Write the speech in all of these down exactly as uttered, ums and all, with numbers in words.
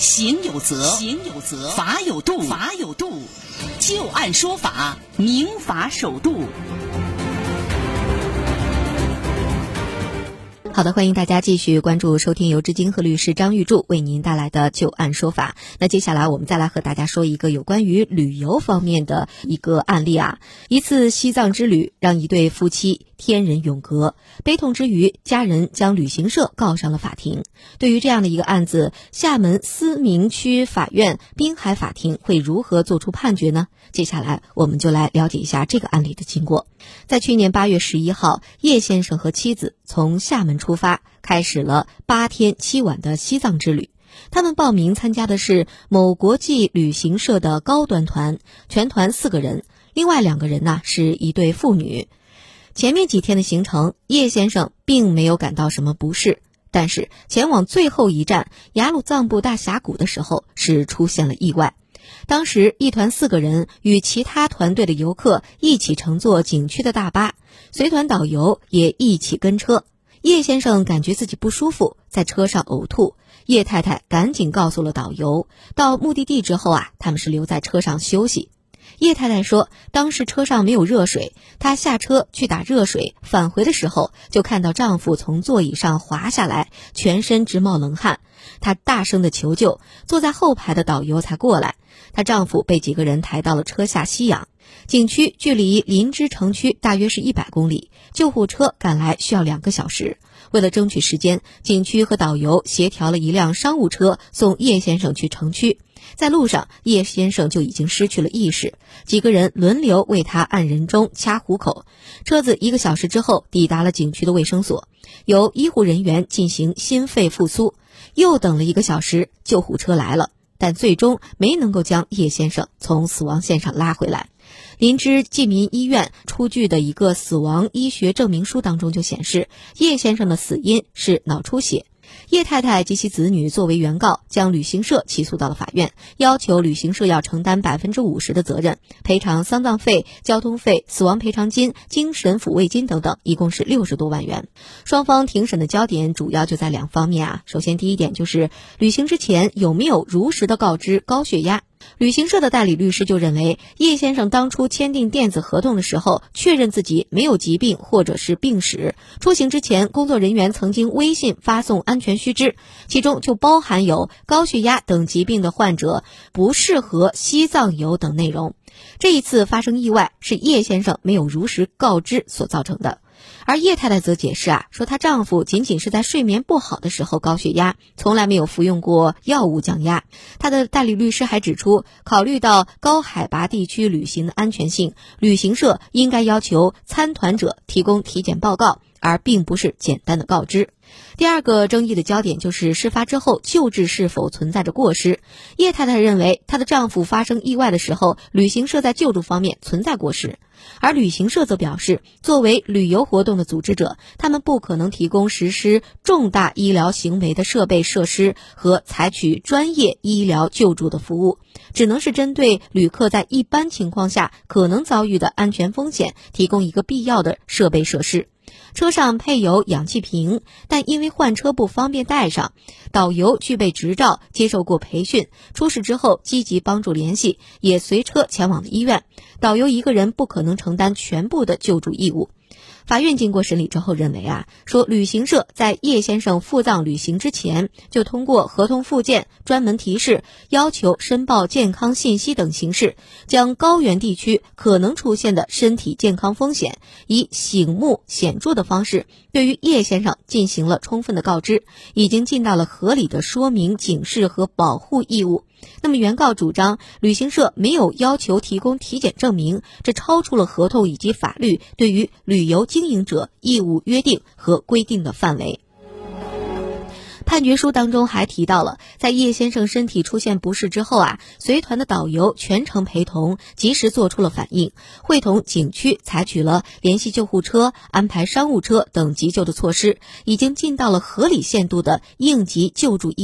行有责，行有责；法有度，法有度。就案说法，明法守度。 好的，欢迎大家继续关注收听由知金和律师张玉柱为您带来的就案说法。那接下来我们再来和大家说一个有关于旅游方面的一个案例啊。一次西藏之旅让一对夫妻天人永隔，悲痛之余，家人将旅行社告上了法庭。对于这样的一个案子，厦门思明区法院滨海法庭会如何作出判决呢？接下来我们就来了解一下这个案例的经过。在去年八月十一号，叶先生和妻子从厦门出发，开始了八天七晚的西藏之旅。他们报名参加的是某国际旅行社的高端团，全团四个人，另外两个人呢是一对父女。前面几天的行程，叶先生并没有感到什么不适，但是前往最后一站雅鲁藏布大峡谷的时候是出现了意外。当时一团四个人与其他团队的游客一起乘坐景区的大巴，随团导游也一起跟车。叶先生感觉自己不舒服，在车上呕吐，叶太太赶紧告诉了导游。到目的地之后啊，他们是留在车上休息。叶太太说，当时车上没有热水，她下车去打热水，返回的时候就看到丈夫从座椅上滑下来，全身直冒冷汗。她大声的求救，坐在后排的导游才过来。她丈夫被几个人抬到了车下吸氧。景区距离林芝城区大约是一百公里，救护车赶来需要两个小时。为了争取时间，景区和导游协调了一辆商务车送叶先生去城区。在路上，叶先生就已经失去了意识，几个人轮流为他按人中掐虎口。车子一个小时之后抵达了景区的卫生所，由医护人员进行心肺复苏。又等了一个小时，救护车来了，但最终没能够将叶先生从死亡线上拉回来。林芝济民医院出具的一个死亡医学证明书当中就显示，叶先生的死因是脑出血。叶太太及其子女作为原告，将旅行社起诉到了法院，要求旅行社要承担百分之五十的责任，赔偿丧葬费、交通费、死亡赔偿金、精神抚慰金等等，一共是六十多万元。双方庭审的焦点主要就在两方面啊。首先，第一点就是旅行之前有没有如实的告知高血压。旅行社的代理律师就认为，叶先生当初签订电子合同的时候，确认自己没有疾病或者是病史。出行之前，工作人员曾经微信发送安全须知，其中就包含有高血压等疾病的患者不适合西藏游等内容。这一次发生意外是叶先生没有如实告知所造成的。而叶太太则解释啊，说她丈夫仅仅是在睡眠不好的时候高血压，从来没有服用过药物降压。她的代理律师还指出，考虑到高海拔地区旅行的安全性，旅行社应该要求参团者提供体检报告，而并不是简单的告知。第二个争议的焦点就是事发之后救治是否存在着过失。叶太太认为，她的丈夫发生意外的时候，旅行社在救助方面存在过失。而旅行社则表示，作为旅游活动的组织者，他们不可能提供实施重大医疗行为的设备设施和采取专业医疗救助的服务，只能是针对旅客在一般情况下可能遭遇的安全风险提供一个必要的设备设施。车上配有氧气瓶，但因为换车不方便带上，导游具备执照，接受过培训，出事之后积极帮助联系，也随车前往了医院。导游一个人不可能承担全部的救助义务。法院经过审理之后认为啊，说旅行社在叶先生赴藏旅行之前，就通过合同附件、专门提示、要求申报健康信息等形式，将高原地区可能出现的身体健康风险，以醒目显著的方式对于叶先生进行了充分的告知，已经尽到了合理的说明、警示和保护义务。那么原告主张旅行社没有要求提供体检证明，这超出了合同以及法律对于旅游经营者义务约定和规定的范围。判决书当中还提到了，在叶先生身体出现不适之后啊，随团的导游全程陪同，及时做出了反应，会同景区采取了联系救护车、安排商务车等急救的措施，已经尽到了合理限度的应急救助义务。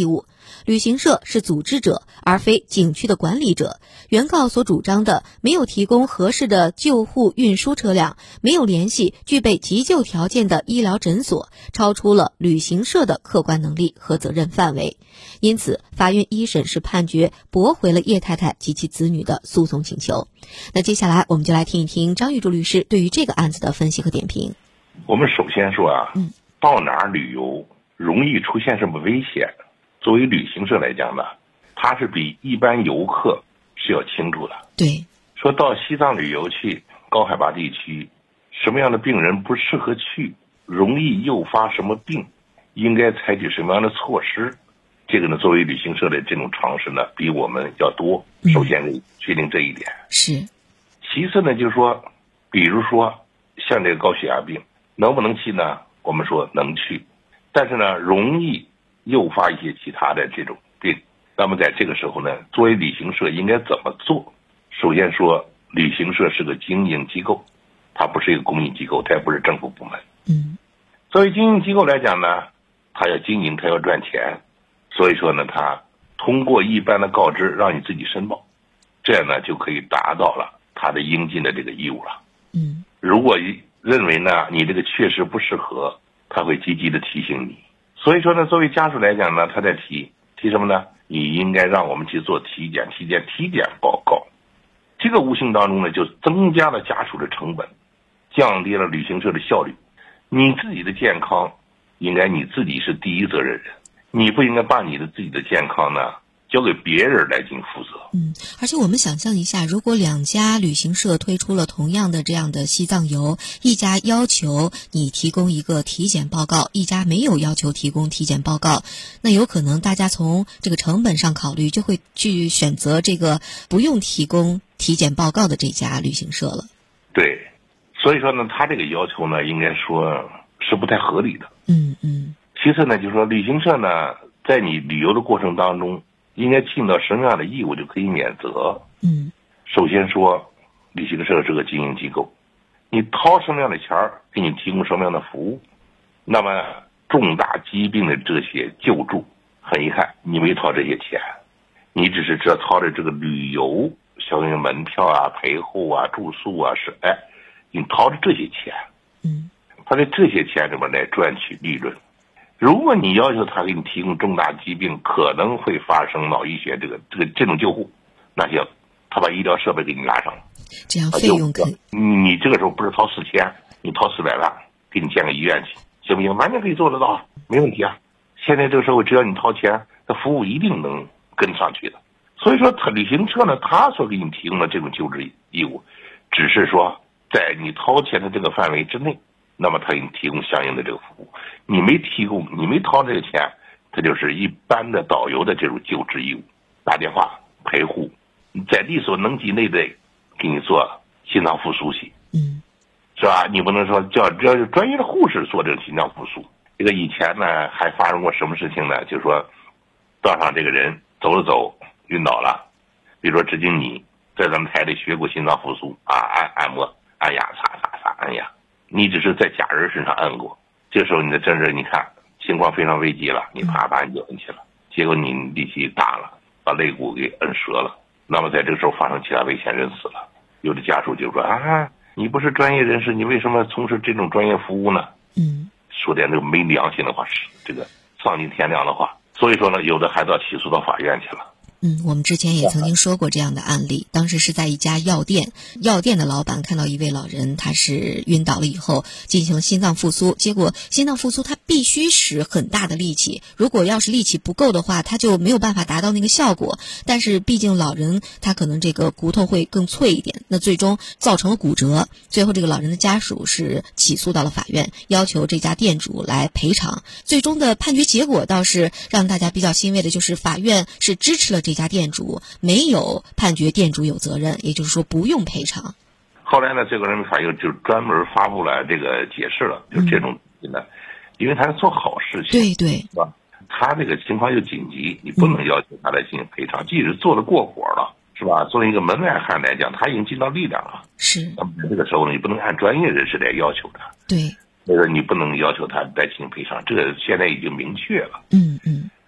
旅行社是组织者，而非景区的管理者。原告所主张的没有提供合适的救护运输车辆，没有联系具备急救条件的医疗诊所，超出了旅行社的客观能力和责任范围。因此，法院一审是判决驳回了叶太太及其子女的诉讼请求。那接下来我们就来听一听张玉柱律师对于这个案子的分析和点评。 我们首先说啊， 嗯， 到哪儿旅游容易出现什么危险？作为旅行社来讲呢，它是比一般游客是要清楚的。 对， 说到西藏旅游去高海拔地区，什么样的病人不适合去，容易诱发什么病，应该采取什么样的措施，这个呢，作为旅行社的这种常识呢，比我们要多。首先得确定这一点。 是。 其次呢，就是说，比如说像这个高血压病，能不能去呢？我们说能去，但是呢，容易诱发一些其他的这种病。那么在这个时候呢，作为旅行社应该怎么做？首先说，旅行社是个经营机构，它不是一个公益机构，它也不是政府部门。 嗯， 作为经营机构来讲呢，它要经营，它要赚钱，所以说呢，它通过一般的告知让你自己申报，这样呢就可以达到了它的应尽的这个义务了。 嗯， 如果认为呢你这个确实不适合，他会积极的提醒你。所以说呢，作为家属来讲呢，他在提提什么呢？你应该让我们去做体检，体检体检报告。这个无形当中呢，就增加了家属的成本，降低了旅行社的效率。你自己的健康，应该你自己是第一责任人，你不应该把你的自己的健康呢交给别人来进行负责。 嗯，而且我们想象一下，如果两家旅行社推出了同样的这样的西藏游，一家要求你提供一个体检报告，一家没有要求提供体检报告，那有可能大家从这个成本上考虑，就会去选择这个不用提供体检报告的这家旅行社了。 对，所以说呢，他这个要求呢，应该说是不太合理的。 嗯嗯。 其次呢，就是说旅行社呢，在你旅游的过程当中，应该尽到什么样的义务就可以免责。 嗯， 首先说，旅行社是个经营机构，你掏什么样的钱儿，给你提供什么样的服务。那么重大疾病的这些救助，很遗憾你没掏这些钱，你只是只掏的这个旅游相应门票啊、陪护啊、住宿啊，是哎，你掏的这些钱， 嗯， 他在这些钱里面来赚取利润。如果你要求他给你提供重大疾病可能会发生脑溢血这个这个这种救护，那行，他把医疗设备给你拉上了， 这样费用可以， 你这个时候不是掏四千，你掏四百万，给你建个医院去，行不行？完全可以做得到，没问题啊。现在这个社会，只要你掏钱，他服务一定能跟上去的。所以说，他旅行社呢，他所给你提供的这种救治义务，只是说在你掏钱的这个范围之内，那么他给你提供相应的这个服务。你没提供，你没掏这个钱，它就是一般的导游的这种救治义务，打电话陪护，在力所能及内的给你做心脏复苏去， 嗯， 是吧？你不能说叫只要是专业的护士做这个心脏复苏。这个以前呢还发生过什么事情呢？就是说，道上这个人走了走晕倒了，比如说直经你在咱们台里学过心脏复苏啊，按按摩、按压、擦擦擦、按压，你只是在假人身上按过。这时候你的真人，你看情况非常危急了，你啪把你就摁起了，结果你力气大了，把肋骨给摁折了。那么在这个时候发生其他危险，人死了。有的家属就说啊，你不是专业人士，你为什么从事这种专业服务呢？ 嗯， 说点这个没良心的话，是这个丧尽天良的话。所以说呢，有的还到起诉到法院去了。 嗯，我们之前也曾经说过这样的案例，当时是在一家药店，药店的老板看到一位老人，他是晕倒了以后进行了心脏复苏，结果心脏复苏他必须使很大的力气，如果要是力气不够的话，他就没有办法达到那个效果。但是毕竟老人他可能这个骨头会更脆一点，那最终造成了骨折。最后这个老人的家属是起诉到了法院，要求这家店主来赔偿。最终的判决结果倒是让大家比较欣慰的，就是法院是支持了这家店主，没有判决店主有责任，也就是说不用赔偿。 后来呢，这个人民法院就专门发布了这个解释了，就这种呢、嗯，因为他是做好事情， 对对， 是吧？他这个情况又紧急，你不能要求他来进行赔偿，即使做了过火了，是吧？作为一个门外汉来讲，他已经尽到力量了， 是。 那么这个时候呢，你不能按专业人士来要求他， 对， 那个你不能要求他来进行赔偿，这个现在已经明确了。 嗯嗯。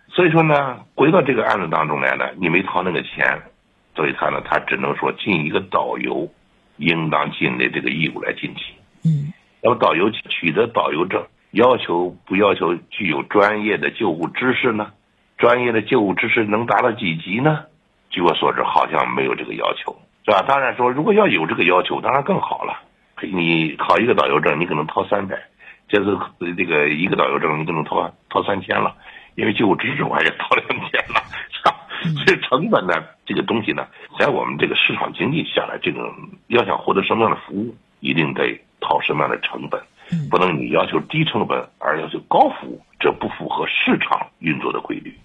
所以说呢，回到这个案子当中来呢，你没掏那个钱，所以他呢，他只能说尽一个导游应当尽的这个义务来尽去。 嗯， 那么导游取得导游证，要求不要求具有专业的救护知识呢？专业的救护知识能达到几级呢？据我所知，好像没有这个要求，是吧？当然说，如果要有这个要求，当然更好了。你考一个导游证，你可能掏三百，这次这个一个导游证，你可能掏掏三千了，因为救护知识我还得掏两千了，是吧？所以成本呢，这个东西呢，在我们这个市场经济下来，这种要想获得什么样的服务，一定得掏什么样的成本，不能你要求低成本而要求高服务，这不符合市场运作的规律。